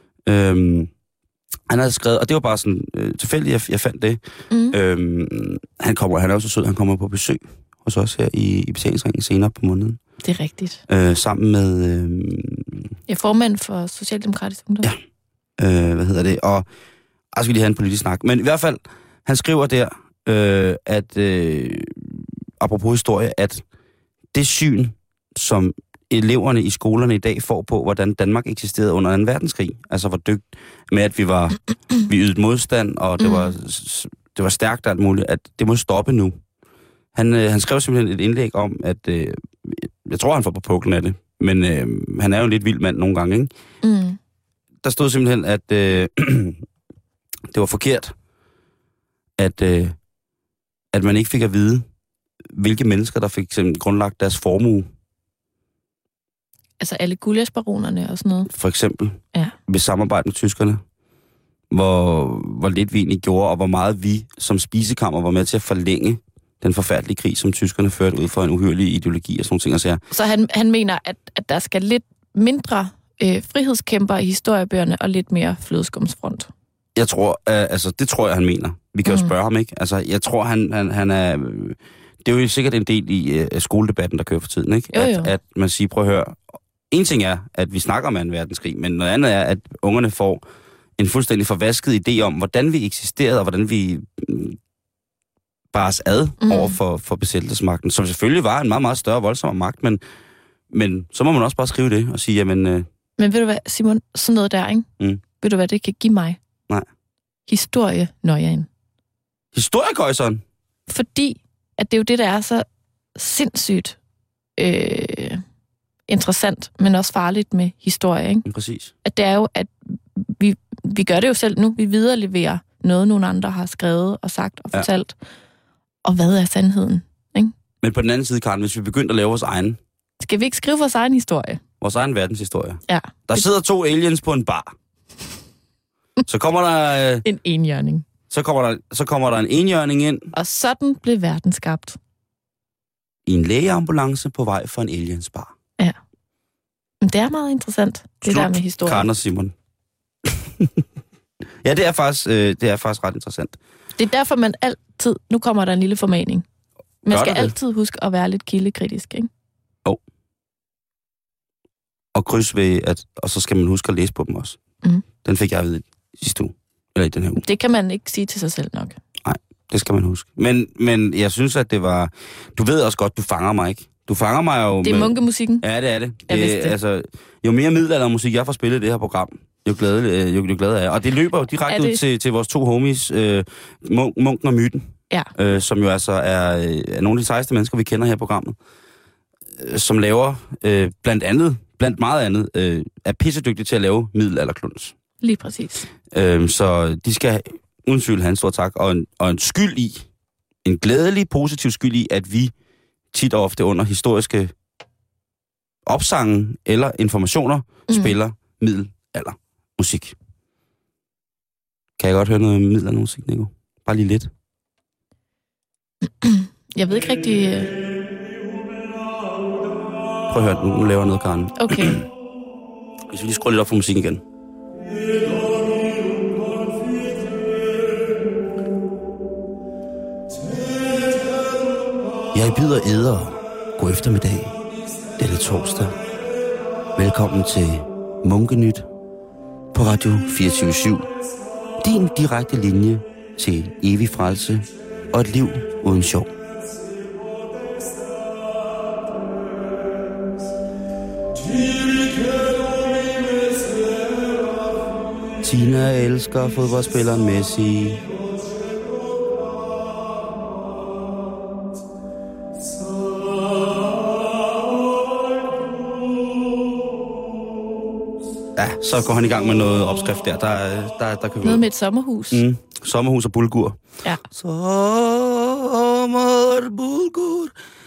Han havde skrevet, og det var bare sådan tilfældigt, jeg fandt det. Han er også sød, han kommer på besøg hos os her i betalingsringen senere på måneden. Det er rigtigt. Sammen med... Jeg er formand for Socialdemokratisk Ungdom. Ja, og jeg skal lige have en politisk snak. Men i hvert fald, han skriver der, at apropos historie, at det syn, som eleverne i skolerne i dag får på, hvordan Danmark eksisterede under 2. verdenskrig, altså hvor dygt med, at vi ydede modstand, og det var stærkt alt muligt, at det må stoppe nu. Han skrev simpelthen et indlæg om, at jeg tror, han får på puklen af det, men han er jo en lidt vild mand nogle gange, ikke? Der stod simpelthen, at det var forkert, at man ikke fik at vide, hvilke mennesker, der fik grundlagt deres formue. Altså alle gullaschbaronerne og sådan noget? For eksempel. Ja. Ved samarbejde med tyskerne. Hvor lidt vi egentlig gjorde, og hvor meget vi som spisekammer var med til at forlænge den forfærdelige krig, som tyskerne førte ud for en uhyrlig ideologi og sådan nogle ting. Så han mener, at der skal lidt mindre frihedskæmper i historiebøgerne og lidt mere flødeskumsfront? Jeg tror, det tror jeg, han mener. Vi kan jo spørge ham, ikke? Altså, jeg tror, han er... Det er jo sikkert en del i skoledebatten, der kører for tiden, ikke? Jo. At man siger, prøv at høre, en ting er, at vi snakker om 2. verdenskrig, men noget andet er, at ungerne får en fuldstændig forvasket idé om, hvordan vi eksisterede, og hvordan vi bares ad over for besættelsesmagten, som selvfølgelig var en meget, meget større og voldsommere magt, men så må man også bare skrive det og sige, jamen... Men ved du hvad, Simon, sådan noget der, ikke? Ved du hvad, det kan give mig? Nej. Historienøjen. Historiekøjseren? Fordi, at det er jo det, der er så sindssygt interessant, men også farligt med historie, ikke? Præcis. At det er jo, at vi gør det jo selv nu. Vi videreleverer noget, nogle andre har skrevet og sagt og fortalt. Og hvad er sandheden, ikke? Men på den anden side, Karen, hvis vi begyndte at lave vores egen... Skal vi ikke skrive vores egen historie? Vores egen verdenshistorie. Ja. Der sidder 2 aliens på en bar. Så kommer der... en enhjørning. Så kommer der en enhjørning ind. Og sådan blev verden skabt. I en lægeambulance på vej for en aliensbar. Ja. Men det er meget interessant, det der med historie. Karen og Simon. Ja, det er faktisk ret interessant. Det er derfor, man altid... Nu kommer der en lille formaning. Man skal altid huske at være lidt kildekritisk, ikke? Jo. Og kryds ved, og så skal man huske at læse på dem også. Den fik jeg at vide sidste uge. Eller i den her uge. Det kan man ikke sige til sig selv nok. Nej, det skal man huske. Men jeg synes, at det var... Du ved også godt, du fanger mig, ikke? Du fanger mig jo... Det er munkemusikken. Ja, det er det. Altså, jo mere middelaldermusik jeg får spillet i det her program, jo glæder jeg. Og det løber jo direkte ud til vores 2 homies, Munken og Myten. Ja. Som jo altså er nogle af de sejeste mennesker, vi kender her i programmet. Som laver blandt meget andet, er pissedygtige til at lave middelalderkluns. Lige præcis. Så de skal uden tvivl have en stor tak, og en skyld i, en glædelig, positiv skyld i, at vi tit og ofte under historiske opsange eller informationer spiller middelaldermusik. Kan jeg godt høre noget middelaldermusik, Nico? Bare lige lidt. Jeg ved ikke rigtig... Prøv at høre, nu laver jeg noget, Karen. Okay. Hvis vi lige skruer lidt op for musikken igen. Jeg byder eder. God eftermiddag. Det er torsdag. Velkommen til Munkenyt på Radio 24/7. Din direkte linje til evig frelse og et liv uden sjov. Tina elsker fodboldspilleren Messi. Så går han i gang med noget opskrift der. Der kan noget med et sommerhus. Sommerhus og bulgur. Ja. Sommer bulgur.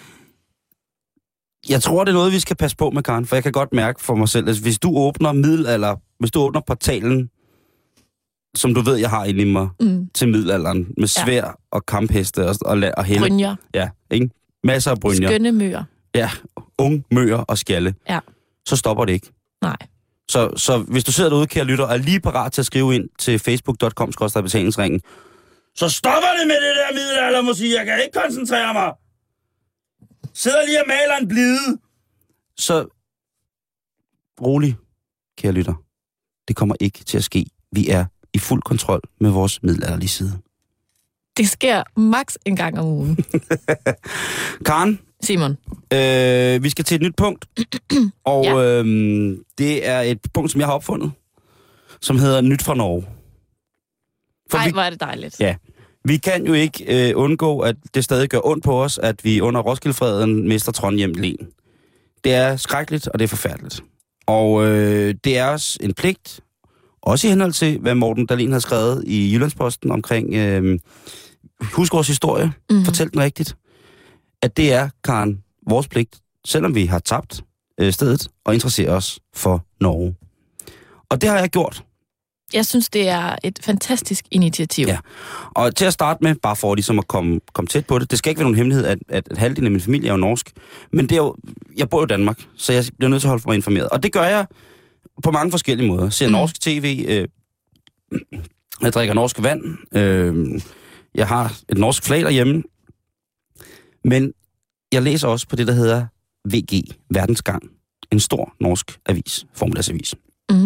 Jeg tror, det er noget, vi skal passe på med, Karen, for jeg kan godt mærke for mig selv, at hvis du åbner portalen, som du ved, jeg har inde i mig, til middelalderen, med svær og kampheste og helle. Brynjer. Ja, ikke? Masser af brynjer. Skønne møer. Ja, møer og skjalle. Ja. Så stopper det ikke. Nej. Så hvis du sidder derude, kære lytter, og er lige parat til at skrive ind til facebook.com/betalingsringen, så stopper det med det der middelaldermusik. Jeg kan ikke koncentrere mig. Sidder lige og maler en blide. Så rolig, kære lytter. Det kommer ikke til at ske. Vi er i fuld kontrol med vores middelalderlige side. Det sker maks en gang om ugen. Karen. Simon. Vi skal til et nyt punkt. Og det er et punkt, som jeg har opfundet, som hedder Nyt fra Norge. Ej, hvor er det dejligt. Ja. Vi kan jo ikke undgå, at det stadig gør ondt på os, at vi under Roskildefreden mister Trondheim Len. Det er skrækkeligt, og det er forfærdeligt. Og det er også en pligt, også i henhold til, hvad Morten Dahlin har skrevet i Jyllandsposten omkring Husgårds historie. Fortæl den rigtigt. At det er, Karen, vores pligt, selvom vi har tabt stedet, og interessere os for Norge. Og det har jeg gjort. Jeg synes, det er et fantastisk initiativ. Ja, og til at starte med, bare for ligesom at komme tæt på det, det skal ikke være nogen hemmelighed, at halvdelen af min familie er jo norsk, men det er jo, jeg bor jo i Danmark, så jeg bliver nødt til at holde mig informeret. Og det gør jeg på mange forskellige måder. Jeg ser norsk tv, jeg drikker norsk vand, jeg har et norsk flag derhjemme, men jeg læser også på det, der hedder VG, Verdensgang, en stor norsk avis, formiddagsavis.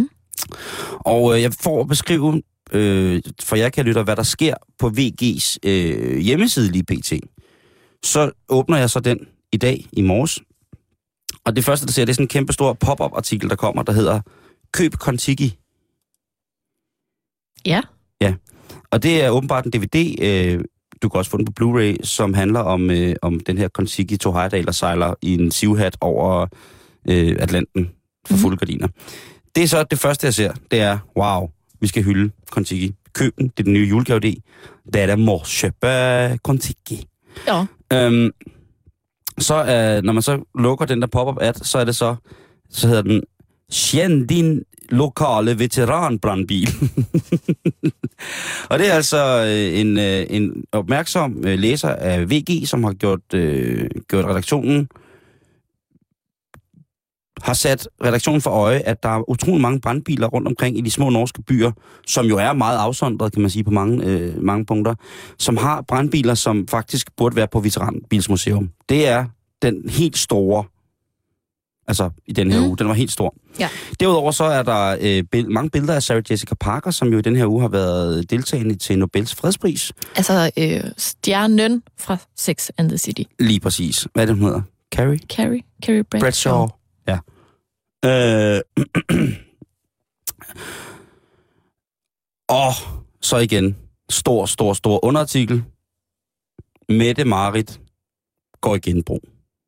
Og jeg får at beskrive, for jeg kan lytte, hvad der sker på VG's hjemmeside lige pt. Så åbner jeg så den i dag, i morges. Og det første, der ser, det er sådan en kæmpe stor pop-up-artikel, der kommer, der hedder Køb Kon-Tiki. Ja. Ja, og det er åbenbart en DVD, du kan også få den på Blu-ray, som handler om den her Kon-Tiki to Heyerdahl, der sejler i en sivhat over Atlanten for fulde gardiner. Det er så det første, jeg ser. Det er, wow, vi skal hylde Kon-Tiki. Køb den, det er den nye julegave. Det er må købe Kon-Tiki. Ja. Så når man så lukker den der pop-up-ad, så er det så hedder den, Kjenn din lokale veteranbrandbil. Og det er altså en opmærksom læser af VG, som har gjort redaktionen, har sat redaktionen for øje, at der er utrolig mange brandbiler rundt omkring i de små norske byer, som jo er meget afsondret, kan man sige, på mange punkter, som har brandbiler, som faktisk burde være på Veteranbilsmuseum. Det er den helt store, altså i den her uge, den var helt stor. Ja. Derudover så er der mange billeder af Sarah Jessica Parker, som jo i den her uge har været deltagende til Nobels fredspris. Altså stjernen fra Sex and the City. Lige præcis. Hvad er det, hun hedder? Carrie Bradshaw. Ja. Og så igen, stor underartikel. Mette-Marit går i genbrug.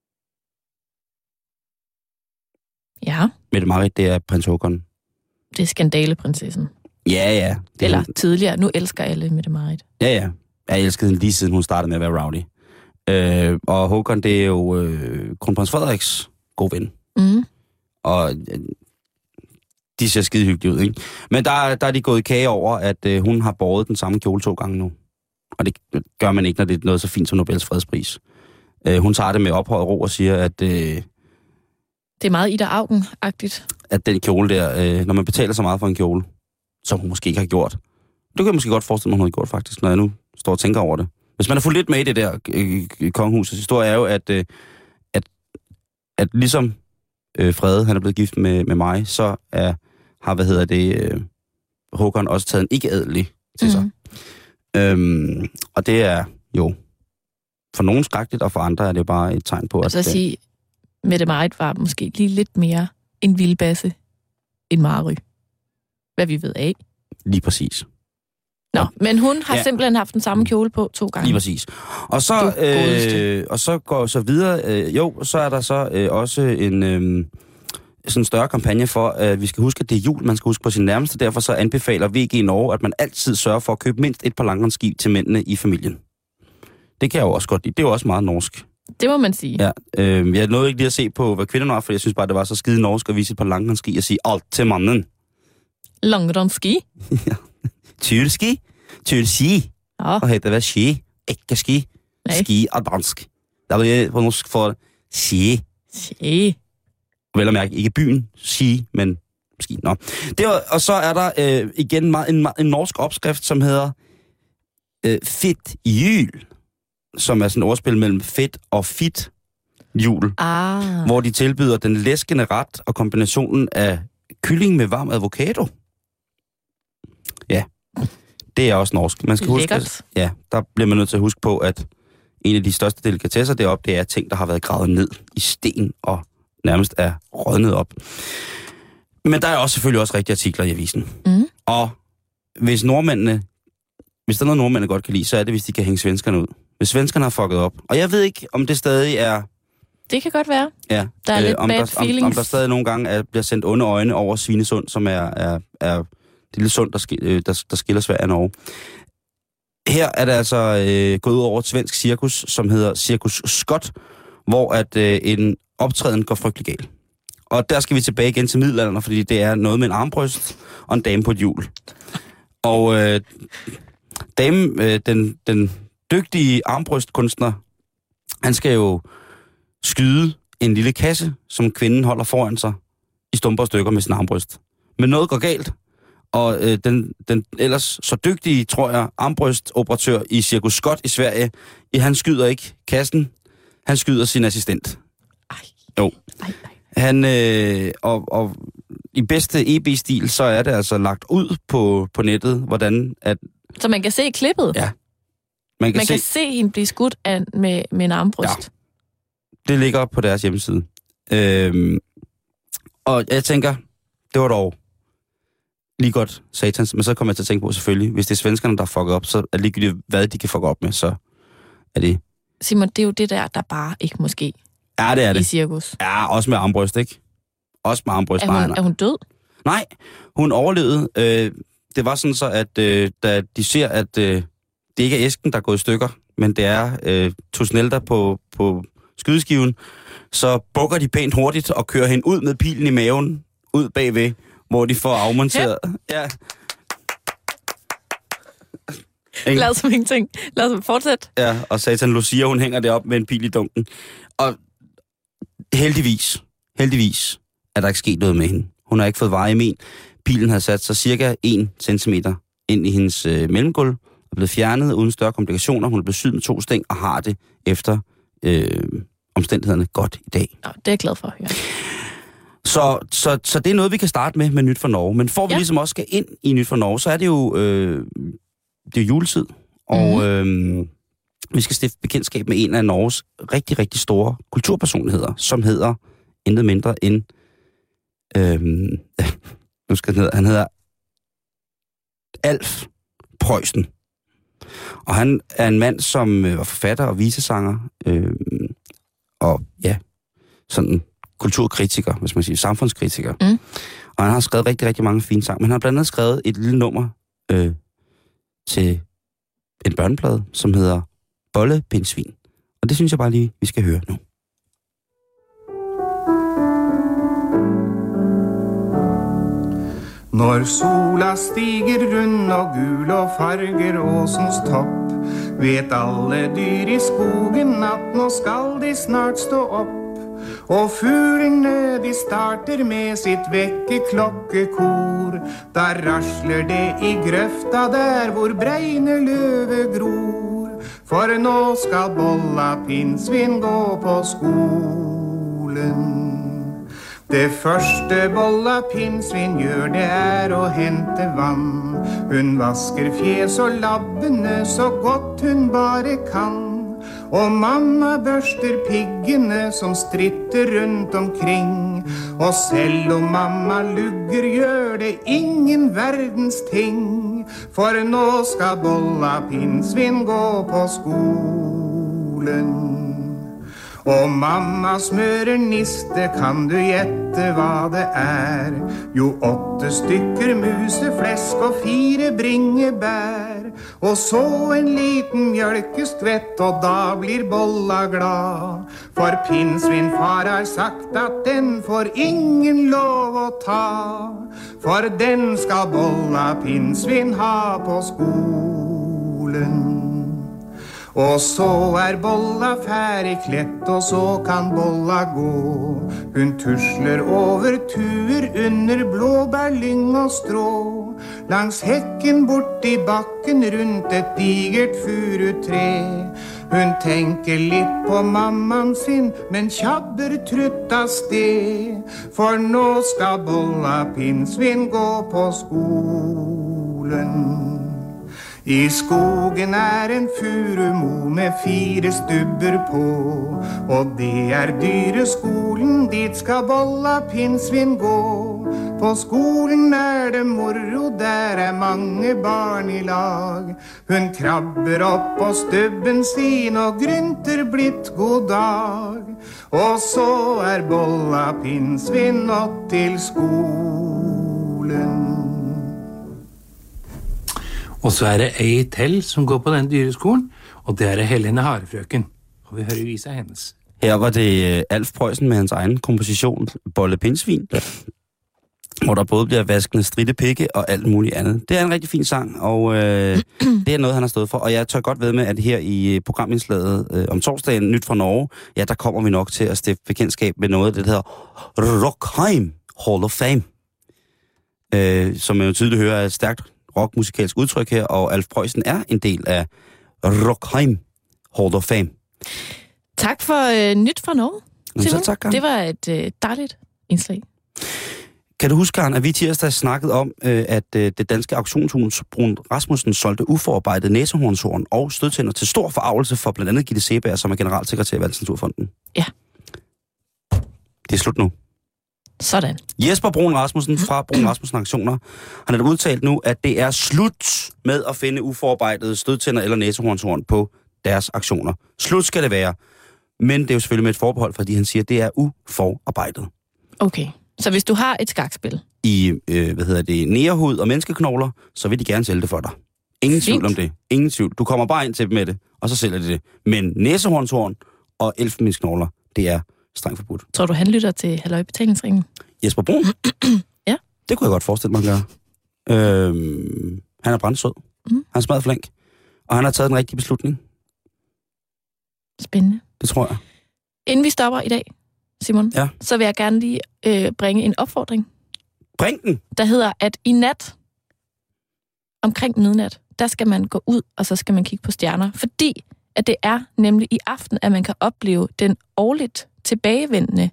Ja. Mette-Marit, det er prins Håkon. Det er skandaleprinsessen. Ja. Eller tidligere. Nu elsker alle Mette-Marit. Ja. Jeg elskede hende lige siden hun startede med at være rowdy. Og Håkon, det er jo kronprins Frederiks god ven. Og de ser skide hyggeligt ud, ikke? Men der er de gået i kage over, at hun har båret den samme kjole 2 gange nu. Og det gør man ikke, når det er noget så fint som Nobels fredspris. Hun tager det med ophøjet ro og siger, at det er meget Ida Auken-agtigt. At den kjole der, når man betaler så meget for en kjole, som hun måske ikke har gjort. Det kan jeg måske godt forestille mig, hun har gjort faktisk, når jeg nu står og tænker over det. Hvis man har fulgt lidt med i det der kongehusets historie, er jo, at ligesom Frede, han er blevet gift med mig, så har, Håkon også taget en ikke-adelig til sig. Og det er jo for nogen skrækkeligt, og for andre er det bare et tegn på, at at sige, Mette-Marit var måske lige lidt mere en vildbasse end Mary. Hvad vi ved af. Lige præcis. Nå, men hun har simpelthen haft den samme kjole på 2 gange. Lige præcis. Og så går så videre. Så er der så også sådan en større kampagne for, at vi skal huske, at det er jul, man skal huske på sin nærmeste. Derfor så anbefaler VG Norge, at man altid sørger for at købe mindst et par langrendsski til mændene i familien. Det kan jeg jo også godt lide. Det er jo også meget norsk. Det må man sige. Ja, jeg nåede ikke lige at se på, hvad kvinderne var, for jeg synes bare, det var så skide norsk at vise et par langrendsski og sige alt til manden. Langrendsski? Ja. Tylski. Tylski. Ja. Hvad hedder det? Ski. Ikke ski. Nej. Ski er dansk. Der vil jeg på norsk for ski. Ski. Vel at mærke, ikke byen, ski, men ski. Nå. Og så er der igen en norsk opskrift, som hedder fedt jul, som er sådan et ordspil mellem fedt og fit jul, hvor de tilbyder den læskende ret og kombinationen af kylling med varm avocado. Ja, det er også norsk. Man skal huske, der bliver man nødt til at huske på, at en af de største delikatesser deroppe, det er ting, der har været gravet ned i sten og nærmest er rådnet op. Men der er også selvfølgelig også rigtige artikler i avisen. Mm. Og hvis der er noget, nordmændene godt kan lide, så er det, hvis de kan hænge svenskerne ud. Hvis svenskerne har fucket op. Og jeg ved ikke, om det stadig er... Det kan godt være. Ja. Der er lidt bad feelings. Om der stadig nogle gange bliver sendt onde øjne over Svinesund, som er det lille sund, der skiller Sverige og Norge. Her er det altså gået ud over et svensk cirkus, som hedder Cirkus Scott, hvor at en optræden går frygtelig galt. Og der skal vi tilbage igen til middelalderen, fordi det er noget med en armbryst og en dame på et hjul. Og den dygtige armbrystkunstner, han skal jo skyde en lille kasse, som kvinden holder foran sig i stumper og stykker med sin armbryst. Men noget går galt, og den ellers så dygtige, tror jeg, armbrystoperatør i Cirkus Scott i Sverige, han skyder ikke kassen, han skyder sin assistent. Jo. Han, og i bedste EB-stil, så er det altså lagt ud på nettet, hvordan at... Så man kan se klippet? Ja. Man kan se hende blive skudt med en armbryst? Ja. Det ligger på deres hjemmeside. Og jeg tænker, det var dog lige godt satans, men så kommer jeg til at tænke på selvfølgelig, hvis det er svenskerne, der har fucket op, så er det ligegyldigt, hvad de kan fucke op med, så er det... Simon, det er jo det der bare ikke måske. Ja, det er det. I cirkus. Ja, også med armbryst, ikke? Også med armbryst. Er hun død? Nej, hun overlevede. Det var sådan så, at da de ser, at det ikke er æsken, der er gået i stykker, men det er tusnelter på skydeskiven, så bukker de pænt hurtigt og kører hende ud med pilen i maven, ud bagved, hvor de får afmonteret. Ja. Lad som ingenting. Lad os fortsætte. Ja, og Satan Lucia, hun hænger deroppe med en pil i dunken. Og heldigvis er der ikke sket noget med hende. Hun har ikke fået veje i men. Pilen har sat sig cirka 1 centimeter ind i hendes mellemgulv, er blevet fjernet uden større komplikationer. Hun er blevet syet med 2 sting og har det efter omstændighederne godt i dag. Ja, det er jeg glad for at høre. Så det er noget, vi kan starte med Nyt fra Norge. Men for vi ligesom også skal ind i Nyt fra Norge, så er det jo det er juletid. Og vi skal stifte bekendtskab med en af Norges rigtig, rigtig store kulturpersonligheder, som hedder intet mindre end... han hedder Alf Preussen. Og han er en mand, som var forfatter og visesanger, og ja, sådan kulturkritiker, hvis man siger, samfundskritiker. Mm. Og han har skrevet rigtig, rigtig mange fine sange, men han har blandt andet skrevet et lille nummer til en børneplade, som hedder Bolle Pindsvin. Og det synes jeg bare lige, vi skal høre nu. Når sola stiger rund og gul og farger åsens topp, vet alle dyr i skogen at nå skal de snart stå opp. Og fuglene de starter med sitt vekkerklokkekor. Da rasler det i grøfta der hvor bregne løve gror. For nå skal Bolla Pindsvin gå på skolen. Det første Bolla Pindsvin gjør, det er å hente vann. Hun vasker fjes og labbene så godt hun bare kan. Og mamma børster piggene som stritter rundt omkring. Og selv om mamma lugger, gjør det ingen verdens ting. For nå skal Bolla Pindsvin gå på skolen. Og mamma smører niste, kan du gjette hva det er? Jo, 8 stykker museflesk og 4 bringebær. Og så en liten mjølkeskvett, og da blir bolla glad. For pinnsvinfar har sagt at den får ingen lov å ta. For den skal bolla pinnsvin ha på skolen. Og så bolla ferdig klett, og så kan bolla gå. Hun tusler over tuer under blåbærlyng og strå. Langs hekken bort i bakken rundt et digert furutre. Hun tenker litt på mammaen sin, men kjabber trutt av sted. For nå skal bolla pinnsvin gå på skolen. I skogen en furumo med 4 stubber på. Og det dyreskolen, dit skal bolla pinnsvin gå. På skolen det moro, der mange barn i lag. Hun krabber opp på stubben sin og grynter blitt god dag. Og så bolla pinnsvin opp til skolen. Og så det ei til som går på den dyreskolen, og det Helene Harefrøken. Og vi hører visa hennes. Her var det Alf Preussen med hans egen komposition, Bolle Pindsvin, hvor der både bliver vaskende stridte pikke og alt muligt andet. Det en rigtig fin sang, og det noget, han har stået for. Og jeg tør godt ved med, at her i programindslaget om torsdagen, Nyt fra Norge, ja, der kommer vi nok til at stifte bekendtskab med noget af det, der hedder Rockheim Hall of Fame. Som man jo tydeligt hører et stærkt rockmusikalsk udtryk her, og Alf Preussen en del af Rockheim Hall of Fame. Tak for Nyt fra Norge, Simon. Tak, Karen. Det var et dejligt indslag. Kan du huske, Karen, at vi tirsdag snakkede om, at det danske auktionshus Brun Rasmussen solgte uforarbejdet næsehornshorn og stødtænder til stor forargelse for blandt andet Gitte Seeberg, som generalsekretær i Verdensnaturfonden? Ja. Det slut nu. Sådan. Jesper Brun Rasmussen fra Brun Rasmussen Aktioner har netop udtalt nu, at det slut med at finde uforarbejdede stødtænder eller næsehornshorn på deres aktioner. Slut skal det være. Men det jo selvfølgelig med et forbehold, fordi han siger, at det uforarbejdet. Okay. Så hvis du har et skakspil i, nærhud og menneskeknogler, så vil de gerne sælge det for dig. Ingen tvivl om det. Ingen tvivl. Du kommer bare ind til dem med det, og så sælger de det. Men næsehornshorn og elfenbensknogler, det strengt forbudt. Tror du, han lytter til Halløj Betalingsringen? Jesper Brun? Ja. Det kunne jeg godt forestille mig, han gør. Han brandsød. Han er smadret flink. Og han har taget den rigtige beslutning. Spændende. Det tror jeg. Inden vi stopper i dag, Simon, ja, så vil jeg gerne lige bringe en opfordring. Bring den! Der hedder, at i nat, omkring midnat, der skal man gå ud, og så skal man kigge på stjerner. Fordi at det nemlig i aften, at man kan opleve den årligt tilbagevendende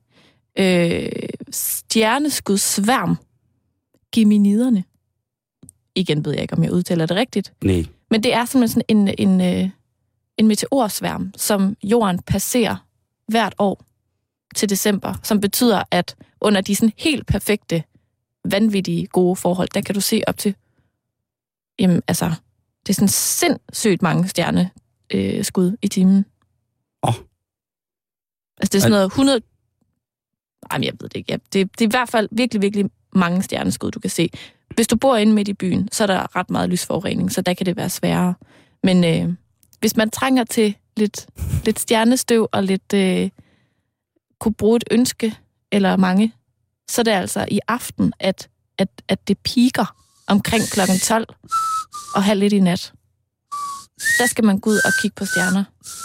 stjerneskudsværm, Geminiderne. Igen ved jeg ikke, om jeg udtaler det rigtigt. Nej. Men det simpelthen sådan en meteorsværm, som jorden passerer hvert år til december, som betyder, at under de sådan helt perfekte, vanvittige, gode forhold, der kan du se op til, det er sådan sindssygt mange stjerneskud i timen. Altså det er sådan noget 100... Jamen, jeg ved det ikke. Det er i hvert fald virkelig, virkelig mange stjerneskud, du kan se. Hvis du bor inde midt i byen, så er der ret meget lysforurening, så der kan det være sværere. Men hvis man trænger til lidt stjernestøv og lidt kunne bruge et ønske, eller mange, så er det altså i aften, at det piker omkring klokken 12 og halv 1 i nat. Der skal man gå ud og kigge på stjerner.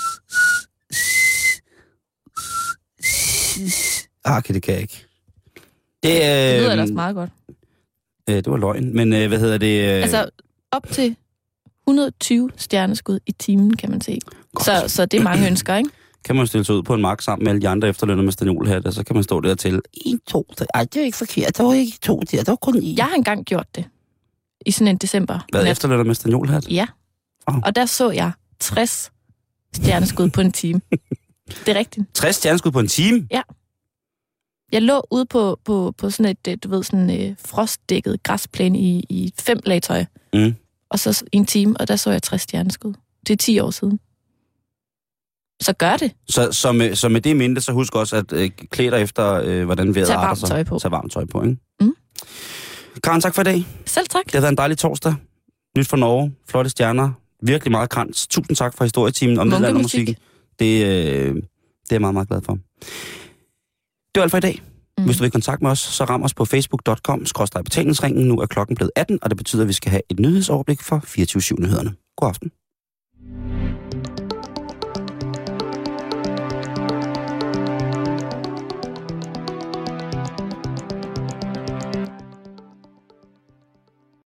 Okay, det kan jeg ikke. Det lyder ellers meget godt. Det var løgn, men Altså, op til 120 stjerneskud i timen, kan man se. Så det er mange ønsker, ikke? Kan man stille sig ud på en mark sammen med alle de andre efterlønner med stanolhat, og så kan man stå der til 1, 2, 3. Ej, det er ikke forkert. Der var ikke 2 der, der var kun 1. Jeg har engang gjort det. I sådan en december. Hvad, efterlønner med stanolhat? Ja. Og der så jeg 60 stjerneskud på en time. Det er rigtigt. 60 stjerneskud på en time? Ja. Jeg lå ude på sådan et, du ved, sådan frostdækket græsplæne i 5 lag tøj. Og så i en time, og der så jeg 60 stjerneskud. Det er 10 år siden. så gør det. Så med det i mente, så husk også at klæde dig efter, hvordan vejret arter sig. Tag varmt tøj på, ikke? Karen, tak for i dag. Selv tak. Det har været en dejlig torsdag. Nyt fra Norge. Flotte stjerner. Virkelig meget krans. Tusind tak for historietimen om middelaldermusikken. Det er jeg meget, meget glad for. Det var alt for i dag. Hvis du vil i kontakt med os, så ram os på facebook.com/betalingsringen. Nu er klokken blevet 18, og det betyder, at vi skal have et nyhedsoverblik for 24/7-nyhederne. God aften.